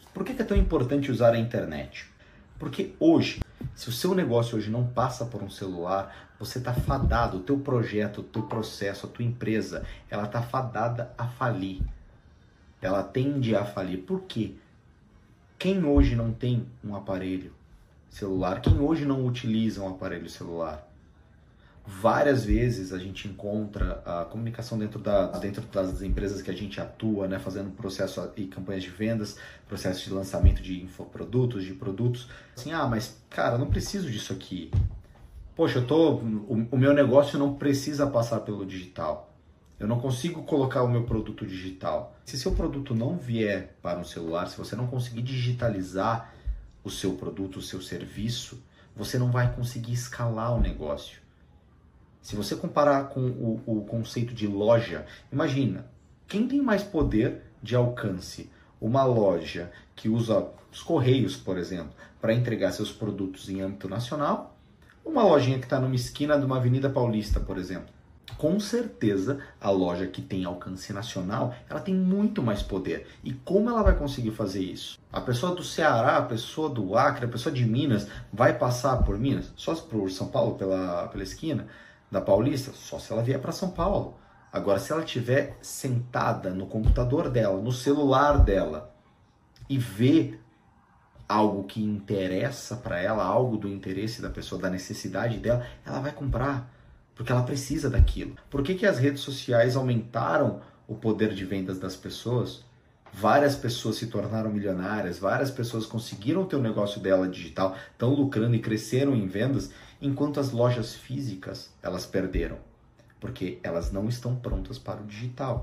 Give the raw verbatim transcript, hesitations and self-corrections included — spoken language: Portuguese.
Por que é tão importante usar a internet? Porque hoje, se o seu negócio hoje não passa por um celular, você está fadado, o teu projeto, o teu processo, a tua empresa, ela está fadada a falir. Ela tende a falir. Por quê? Quem hoje não tem um aparelho celular? Quem hoje não utiliza um aparelho celular? Várias vezes a gente encontra a comunicação dentro, da, dentro das empresas que a gente atua, né, fazendo processo e campanhas de vendas, processo de lançamento de infoprodutos, de produtos. Assim, ah, mas cara, eu não preciso disso aqui. Poxa, eu tô, o, o meu negócio não precisa passar pelo digital. Eu não consigo colocar o meu produto digital. Se seu produto não vier para um celular, se você não conseguir digitalizar o seu produto, o seu serviço, você não vai conseguir escalar o negócio. Se você comparar com o, o conceito de loja, imagina, quem tem mais poder de alcance? Uma loja que usa os correios, por exemplo, para entregar seus produtos em âmbito nacional, uma lojinha que está numa esquina de uma Avenida Paulista, por exemplo. Com certeza, a loja que tem alcance nacional, ela tem muito mais poder. E como ela vai conseguir fazer isso? A pessoa do Ceará, a pessoa do Acre, a pessoa de Minas, vai passar por Minas? Só por São Paulo, pela, pela esquina da Paulista? Só se ela vier para São Paulo. Agora, se ela estiver sentada no computador dela, no celular dela, e ver algo que interessa para ela, algo do interesse da pessoa, da necessidade dela, ela vai comprar. Porque ela precisa daquilo. Por que que as redes sociais aumentaram o poder de vendas das pessoas? Várias pessoas se tornaram milionárias, várias pessoas conseguiram ter o negócio dela digital, estão lucrando e cresceram em vendas, enquanto as lojas físicas, elas perderam. Porque elas não estão prontas para o digital.